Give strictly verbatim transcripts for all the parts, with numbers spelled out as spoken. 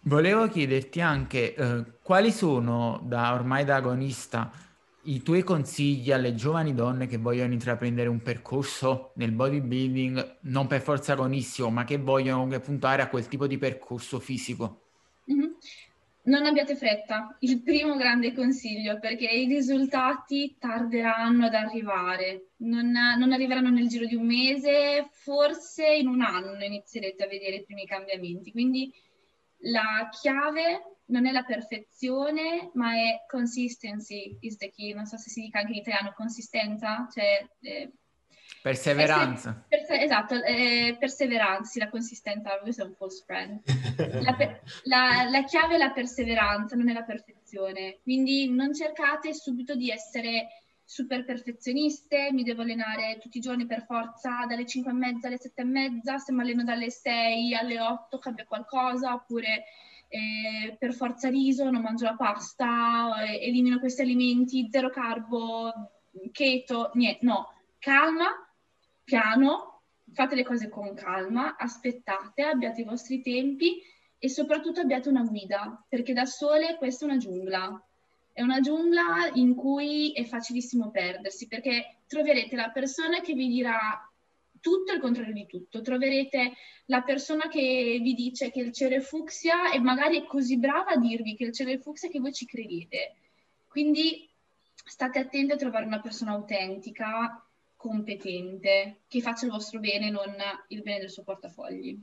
Volevo chiederti anche eh, quali sono, da ormai da agonista, i tuoi consigli alle giovani donne che vogliono intraprendere un percorso nel bodybuilding, non per forza agonistico, ma che vogliono comunque puntare a quel tipo di percorso fisico. Mhm. Non abbiate fretta, il primo grande consiglio, perché i risultati tarderanno ad arrivare, non, non arriveranno nel giro di un mese, forse in un anno inizierete a vedere i primi cambiamenti. Quindi la chiave non è la perfezione, ma è consistency is the key. Non so se si dica anche in italiano consistenza, cioè eh, essere, Perseveranza. perse- esatto, eh, perseveranza, la consistenza, questo è un false friend. La, per- la- la chiave è la perseveranza, non è la perfezione. Quindi non cercate subito di essere super perfezioniste, mi devo allenare tutti i giorni per forza dalle cinque e mezza alle sette e mezza, se mi alleno dalle sei alle otto cambia qualcosa, oppure eh, per forza riso, non mangio la pasta, eh, elimino questi alimenti, zero carbo, keto, niente, no, calma, piano, fate le cose con calma, aspettate, abbiate i vostri tempi e soprattutto abbiate una guida, perché da sole questa è una giungla. È una giungla in cui è facilissimo perdersi, perché troverete la persona che vi dirà tutto e il contrario di tutto. Troverete la persona che vi dice che il cielo è fucsia e magari è così brava a dirvi che il cielo è fucsia che voi ci credete. Quindi state attenti a trovare una persona autentica, competente, che faccia il vostro bene, non il bene del suo portafogli.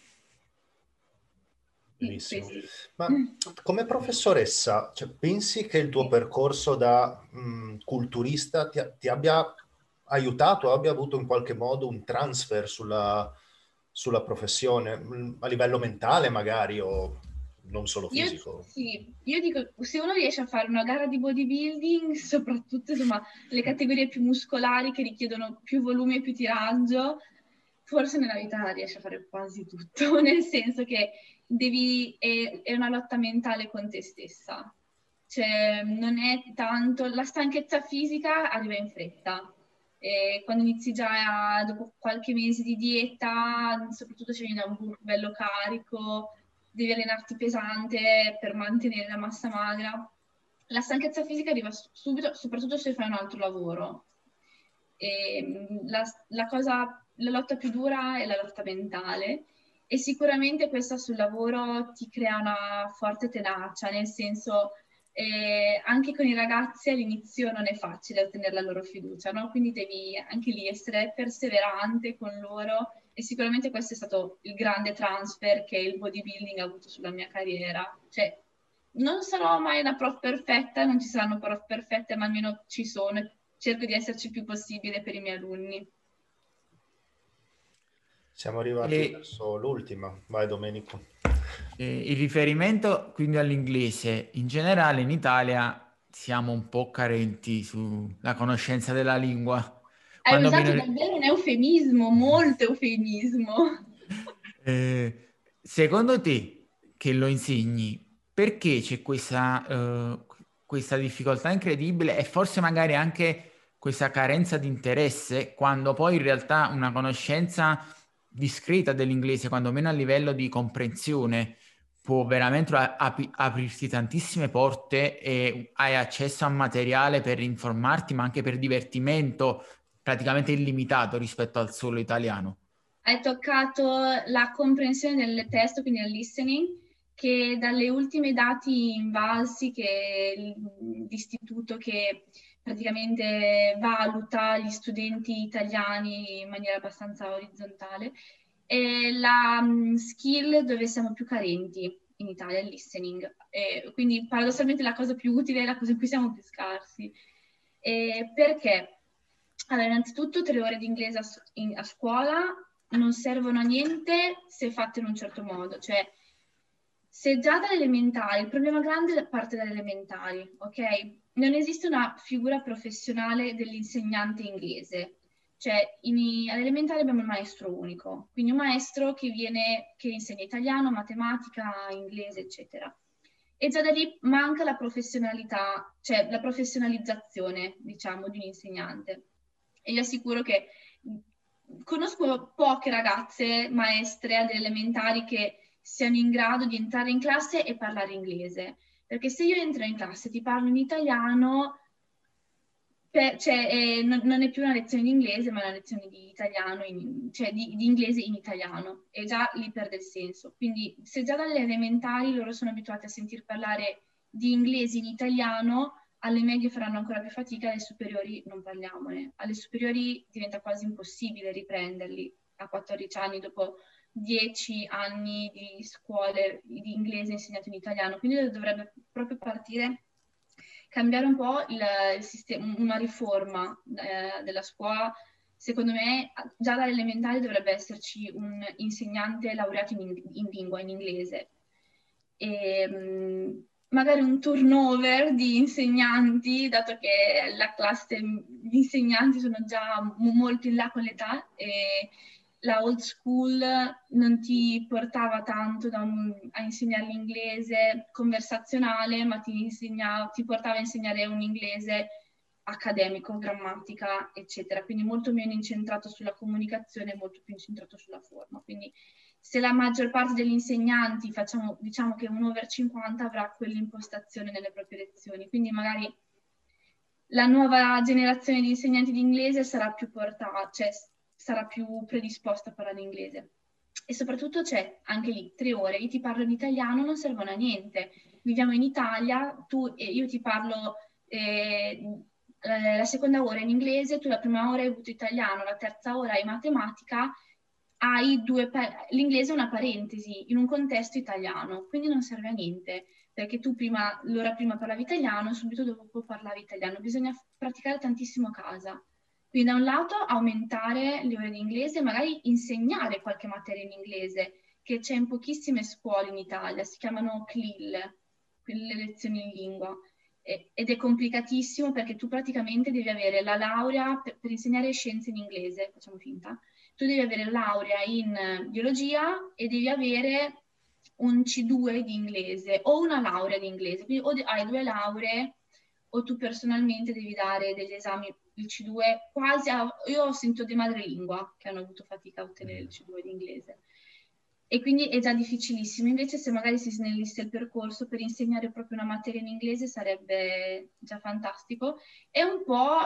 Sì, Benissimo. questo. Ma come professoressa, cioè, pensi che il tuo Sì. percorso da mh, culturista ti, ti abbia aiutato, abbia avuto in qualche modo un transfer sulla, sulla professione, mh, a livello mentale magari o non solo Io, fisico? sì, io dico, se uno riesce a fare una gara di bodybuilding, soprattutto insomma, le categorie più muscolari che richiedono più volume e più tiraggio, forse nella vita riesce a fare quasi tutto, nel senso che devi, è, è una lotta mentale con te stessa. Cioè, non è tanto, la stanchezza fisica arriva in fretta. E quando inizi già dopo qualche mese di dieta, soprattutto se vieni da un bulk bello carico, devi allenarti pesante per mantenere la massa magra. La stanchezza fisica arriva subito, soprattutto se fai un altro lavoro. E la, la cosa, la lotta più dura è la lotta mentale e sicuramente questa sul lavoro ti crea una forte tenacia, nel senso eh, anche con i ragazzi all'inizio non è facile ottenere la loro fiducia, no? Quindi devi anche lì essere perseverante con loro e sicuramente questo è stato il grande transfer che il bodybuilding ha avuto sulla mia carriera. Cioè, non sarò mai una prof perfetta, non ci saranno prof perfette, ma almeno ci sono. Cerco di esserci il più possibile per i miei alunni. Siamo arrivati E, verso l'ultima. Vai Domenico. e il riferimento quindi all'inglese, in generale in Italia siamo un po' carenti sulla conoscenza della lingua. Hai Quando usato viene... davvero un eufemismo, molto eufemismo. Eh, secondo te, che lo insegni, perché c'è questa, eh, questa difficoltà incredibile e forse magari anche questa carenza di interesse quando poi in realtà una conoscenza discreta dell'inglese, quando meno a livello di comprensione, può veramente a- api- aprirti tantissime porte e hai accesso a materiale per informarti, ma anche per divertimento praticamente illimitato rispetto al solo italiano. Hai toccato la comprensione del testo, quindi il listening, che dalle ultime dati invalsi che l'istituto che praticamente valuta gli studenti italiani in maniera abbastanza orizzontale, è la mm, skill dove siamo più carenti in Italia, il listening. E quindi paradossalmente la cosa più utile è la cosa in cui siamo più scarsi. E perché? Allora, innanzitutto tre ore di inglese a, in- a scuola non servono a niente se fatte in un certo modo, cioè se già dalle elementari, il problema grande parte dalle elementari, ok? Non esiste una figura professionale dell'insegnante inglese, cioè in, all'elementare abbiamo il maestro unico, quindi un maestro che viene, che insegna italiano, matematica, inglese, eccetera. E già da lì manca la professionalità, cioè la professionalizzazione, diciamo, di un insegnante. E io assicuro che conosco poche ragazze maestre alle elementari che siano in grado di entrare in classe e parlare inglese. Perché se io entro in classe e ti parlo in italiano, per, cioè, eh, non, non è più una lezione di inglese, ma è una lezione di italiano, in, cioè di, di inglese in italiano, e già lì perde il senso. Quindi se già dalle elementari loro sono abituati a sentir parlare di inglese in italiano, alle medie faranno ancora più fatica, alle superiori non parliamone. Alle superiori diventa quasi impossibile riprenderli a quattordici anni dopo dieci anni di scuole di inglese insegnato in italiano. Quindi dovrebbe proprio partire, cambiare un po' il, il sistema, una riforma eh, della scuola. Secondo me già dalle elementari dovrebbe esserci un insegnante laureato in, in lingua, in inglese. E, mh, magari un turnover di insegnanti, dato che la classe, gli insegnanti sono già molto in là con l'età e la old school non ti portava tanto da un, a insegnare l'inglese conversazionale, ma ti, insegna, ti portava a insegnare un inglese accademico, grammatica, eccetera. Quindi molto meno incentrato sulla comunicazione, molto più incentrato sulla forma. Quindi se la maggior parte degli insegnanti, facciamo, diciamo che un over cinquanta, avrà quell'impostazione nelle proprie lezioni. Quindi magari la nuova generazione di insegnanti di inglese sarà più portata, cioè sarà più predisposta a parlare inglese. E soprattutto c'è anche lì tre ore, io ti parlo in italiano, non servono a niente. Viviamo in Italia, tu e io ti parlo eh, la seconda ora in inglese, tu la prima ora hai avuto italiano, la terza ora hai matematica, hai due l'inglese è una parentesi in un contesto italiano, quindi non serve a niente, perché tu prima, l'ora prima parlavi italiano, subito dopo parlavi italiano. Bisogna praticare tantissimo a casa. Quindi da un lato aumentare le ore di inglese, magari insegnare qualche materia in inglese, che c'è in pochissime scuole in Italia, si chiamano C L I L, le lezioni in lingua, e, ed è complicatissimo perché tu praticamente devi avere la laurea per, per insegnare scienze in inglese, facciamo finta, tu devi avere laurea in biologia e devi avere un C due di inglese o una laurea di inglese, quindi o hai due lauree o tu personalmente devi dare degli esami, il C due quasi a, io ho sentito dei madrelingua che hanno avuto fatica a ottenere il C due di inglese e quindi è già difficilissimo. Invece se magari si snellisse il percorso per insegnare proprio una materia in inglese sarebbe già fantastico. È un po'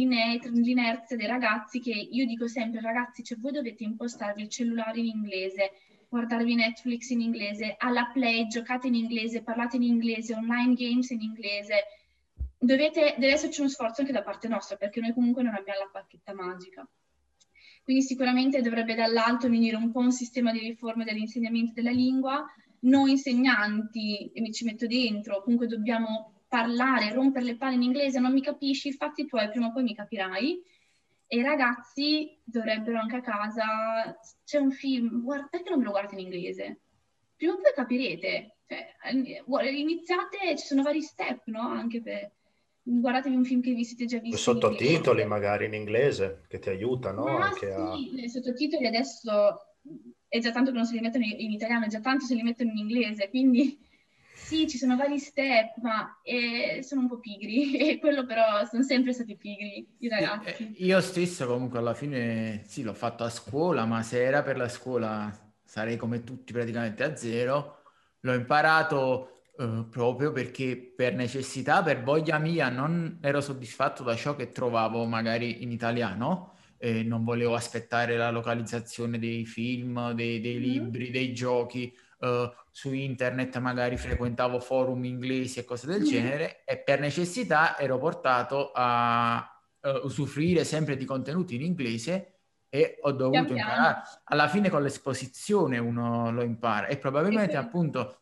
l'inerzia dei ragazzi, che io dico sempre ragazzi, cioè voi dovete impostarvi il cellulare in inglese, guardarvi Netflix in inglese, alla Play giocate in inglese, parlate in inglese, online games in inglese. Dovete, deve esserci uno sforzo anche da parte nostra, perché noi comunque non abbiamo la bacchetta magica. Quindi sicuramente dovrebbe dall'alto venire un po' un sistema di riforma dell'insegnamento della lingua. Noi insegnanti, e mi ci metto dentro, comunque dobbiamo parlare, rompere le palle in inglese, non mi capisci, i fatti tuoi prima o poi mi capirai. E i ragazzi dovrebbero anche a casa, c'è un film, guarda, perché non me lo guardate in inglese? Prima o poi capirete. Cioè, iniziate, ci sono vari step, no? Anche per... Guardatevi un film che vi siete già visti. Sottotitoli magari in inglese che ti aiutano Ma anche sì, a... i sottotitoli adesso è già tanto che non se li mettono in italiano, è già tanto se li mettono in inglese, quindi sì, ci sono vari step, ma eh, sono un po' pigri e quello però sono sempre stati pigri i ragazzi. Io stesso comunque alla fine sì, l'ho fatto a scuola, ma se era per la scuola sarei come tutti praticamente a zero. L'ho imparato eh, proprio perché per necessità, per voglia mia, non ero soddisfatto da ciò che trovavo magari in italiano e non volevo aspettare la localizzazione dei film, dei, dei Mm-hmm. libri, dei giochi. Uh, su internet magari frequentavo forum inglesi e cose del mm-hmm. genere, e per necessità ero portato a uh, usufruire sempre di contenuti in inglese e ho dovuto Pian imparare. piano. Alla fine con l'esposizione uno lo impara e probabilmente Esatto. appunto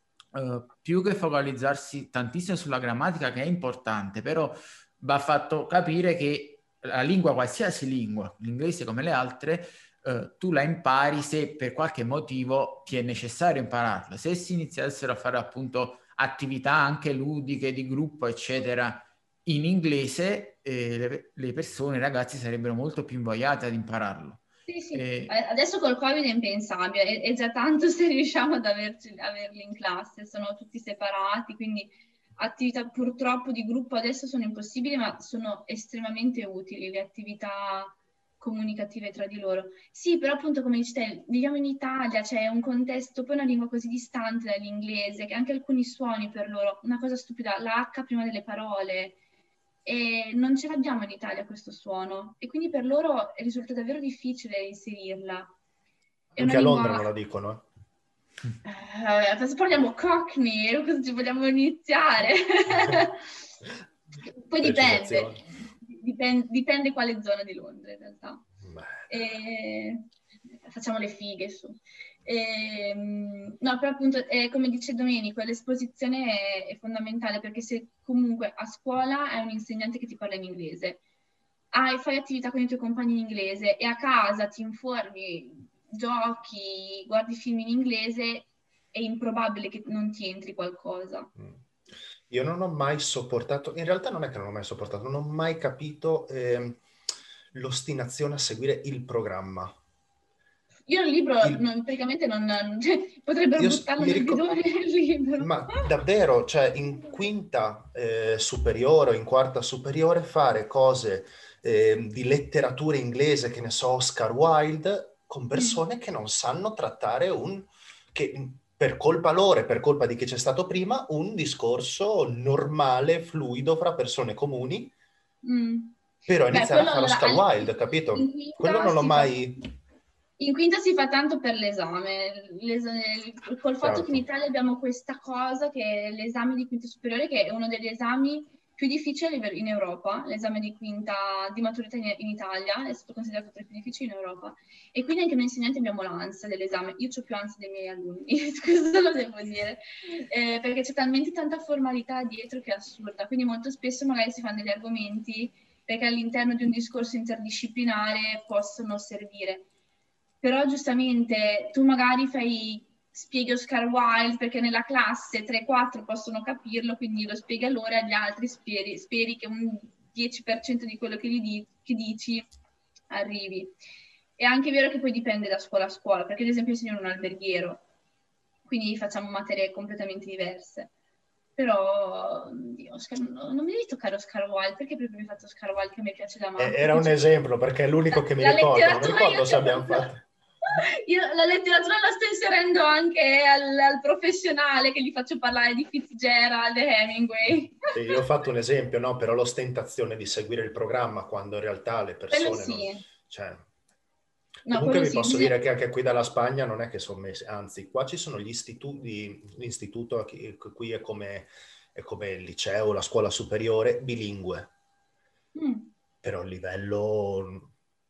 uh, più che focalizzarsi tantissimo sulla grammatica, che è importante, però va fatto capire che la lingua, qualsiasi lingua, l'inglese come le altre, Uh, tu la impari se per qualche motivo ti è necessario impararla. Se si iniziassero a fare appunto attività anche ludiche di gruppo eccetera in inglese, eh, le, le persone, i ragazzi sarebbero molto più invogliati ad impararlo. Sì, sì. E... Adesso col Covid è impensabile, è, è già tanto se riusciamo ad averci, averli in classe, sono tutti separati, quindi attività purtroppo di gruppo adesso sono impossibili, ma sono estremamente utili le attività comunicative tra di loro. Sì, però appunto come dici te, viviamo in Italia, c'è un contesto, poi una lingua così distante dall'inglese, che anche alcuni suoni per loro, una cosa stupida, la H prima delle parole, e non ce l'abbiamo in Italia questo suono, e quindi per loro risulta davvero difficile inserirla. È una Anche a Londra lingua... non la dicono, eh. Eh, adesso parliamo Cockney, cosa ci vogliamo iniziare? Poi dipende, dipende, dipende quale zona di Londra in realtà. E... facciamo le fighe su. E, no, però appunto, eh, come dice Domenico, l'esposizione è, è fondamentale, perché se comunque a scuola hai un insegnante che ti parla in inglese, hai, fai attività con i tuoi compagni in inglese e a casa ti informi, giochi, guardi film in inglese, è improbabile che non ti entri qualcosa. Io non ho mai sopportato, in realtà non è che non ho mai sopportato, non ho mai capito eh, l'ostinazione a seguire il programma. Io il libro il... Non, praticamente non... Cioè, potrebbero Io buttarlo mi nel ricor- bidone il libro. Ma davvero, cioè in quinta eh, superiore o in quarta superiore fare cose eh, di letteratura inglese, che ne so, Oscar Wilde, con persone mm. che non sanno trattare un... che per colpa loro e per colpa di chi c'è stato prima, un discorso normale, fluido fra persone comuni, mm. però iniziare Beh, a fare Oscar allora, Wilde, capito? Quello non l'ho mai... Fa... In quinta si fa tanto per l'esame, l'esame col fatto certo. che in Italia abbiamo questa cosa che è l'esame di quinta superiore, che è uno degli esami più difficili in Europa, l'esame di quinta di maturità in, in Italia, è stato considerato tra i più difficili in Europa, e quindi anche noi insegnanti abbiamo l'ansia dell'esame. Io ho più ansia dei miei alunni, questo lo devo dire, eh, perché c'è talmente tanta formalità dietro che è assurda, quindi molto spesso magari si fanno degli argomenti perché all'interno di un discorso interdisciplinare possono servire. Però giustamente tu magari fai, spieghi Oscar Wilde perché nella classe tre quattro possono capirlo, quindi lo spieghi a loro e agli altri speri, speri che un dieci per cento di quello che, gli di, che dici arrivi. È anche vero che poi dipende da scuola a scuola, perché ad esempio io insegno in un alberghiero, quindi facciamo materie completamente diverse. Però, Dio, Oscar, no, non mi devi toccare Oscar Wilde, perché proprio mi hai fatto Oscar Wilde che mi piace da mano? Era un esempio, perché è l'unico che mi la ricordo, non ricordo se abbiamo fatto... Io la letteratura la sto inserendo anche al, al professionale, che gli faccio parlare di Fitzgerald e Hemingway. Sì, io ho fatto un esempio, no, però l'ostentazione di seguire il programma quando in realtà le persone sì. non... Cioè... No, comunque vi sì. posso dire che anche qui dalla Spagna non è che sono messi, anzi qua ci sono gli istituti, l'istituto qui è come, è come il liceo, la scuola superiore, bilingue, mm. però il livello...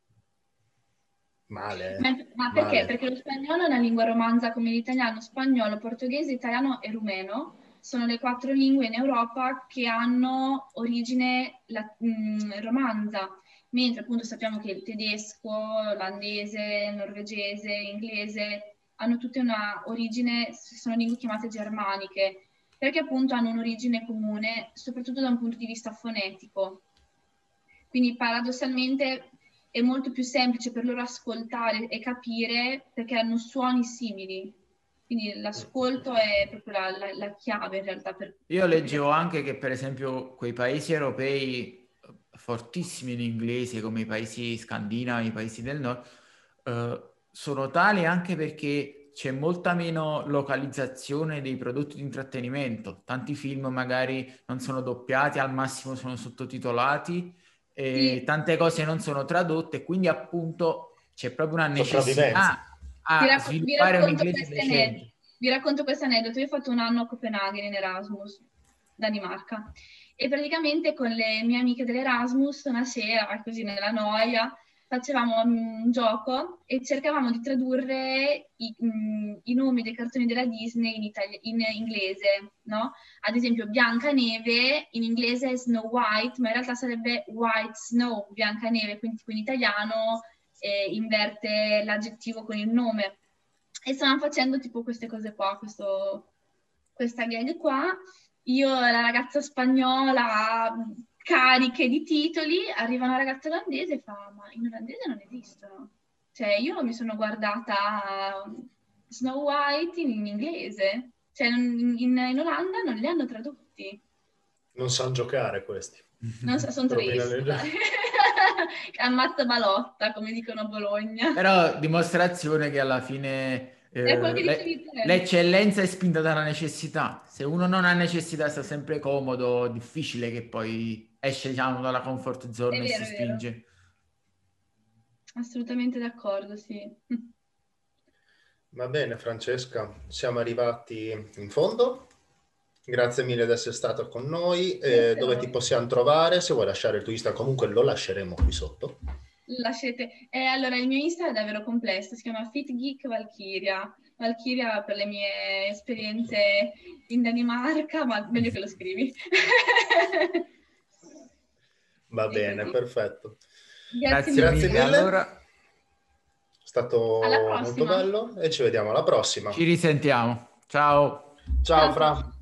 Male. Ma, ma perché? Male. Perché lo spagnolo è una lingua romanza come l'italiano, spagnolo, portoghese, italiano e rumeno. Sono le quattro lingue in Europa che hanno origine la, mh, romanza, mentre appunto sappiamo che il tedesco, l'olandese, il norvegese, l'inglese hanno tutte una origine, sono lingue chiamate germaniche, perché appunto hanno un'origine comune, soprattutto da un punto di vista fonetico. Quindi paradossalmente è molto più semplice per loro ascoltare e capire perché hanno suoni simili. Quindi l'ascolto è proprio la, la, la chiave in realtà. Per... Io leggevo anche che per esempio quei paesi europei fortissimi in inglese, come i paesi scandinavi, i paesi del nord, eh, sono tali anche perché c'è molta meno localizzazione dei prodotti di intrattenimento. Tanti film magari non sono doppiati, al massimo sono sottotitolati, e sì. Tante cose non sono tradotte, quindi appunto c'è proprio una necessità a vi rac- sviluppare vi un inglese decente. Vi racconto questo aneddoto. Io ho fatto un anno a Copenaghen in Erasmus, Danimarca, e praticamente con le mie amiche dell'Erasmus una sera, così nella noia, facevamo un gioco e cercavamo di tradurre i, mh, i nomi dei cartoni della Disney in, itali- in inglese, no? Ad esempio Biancaneve in inglese è Snow White, ma in realtà sarebbe White Snow, Biancaneve, quindi in italiano eh, inverte l'aggettivo con il nome. E stavamo facendo tipo queste cose qua, questo, questa gag qua. Io, la ragazza spagnola, cariche di titoli, arriva una ragazza olandese e fa, ma in olandese non esistono. Cioè, io mi sono guardata Snow White in, in inglese. Cioè, in, in, in Olanda non li hanno tradotti. Non sanno giocare questi. Non so, sono tristi. Ammazza balotta, come dicono a Bologna. Però dimostrazione che alla fine eh, quello che le- dicevi te. l'eccellenza è spinta dalla necessità. Se uno non ha necessità, sta sempre comodo, difficile che poi esce, diciamo, dalla comfort È zone e vero, si è vero. spinge. Assolutamente d'accordo, sì. Va bene, Francesca, siamo arrivati in fondo. Grazie mille di essere stata con noi. Eh, Grazie a dove voi. ti possiamo trovare? Se vuoi lasciare il tuo Instagram, comunque lo lasceremo qui sotto. Lasciate. Eh, allora, il mio Insta è davvero complesso, si chiama Fit Geek Valkyria. Valkyria per le mie esperienze in Danimarca, ma meglio che lo scrivi. Va È bene, così. perfetto. Grazie, Grazie mille. mille. Allora, È stato Alla molto prossima. bello e ci vediamo alla prossima. ci risentiamo. Ciao. Ciao Ciao. Fra.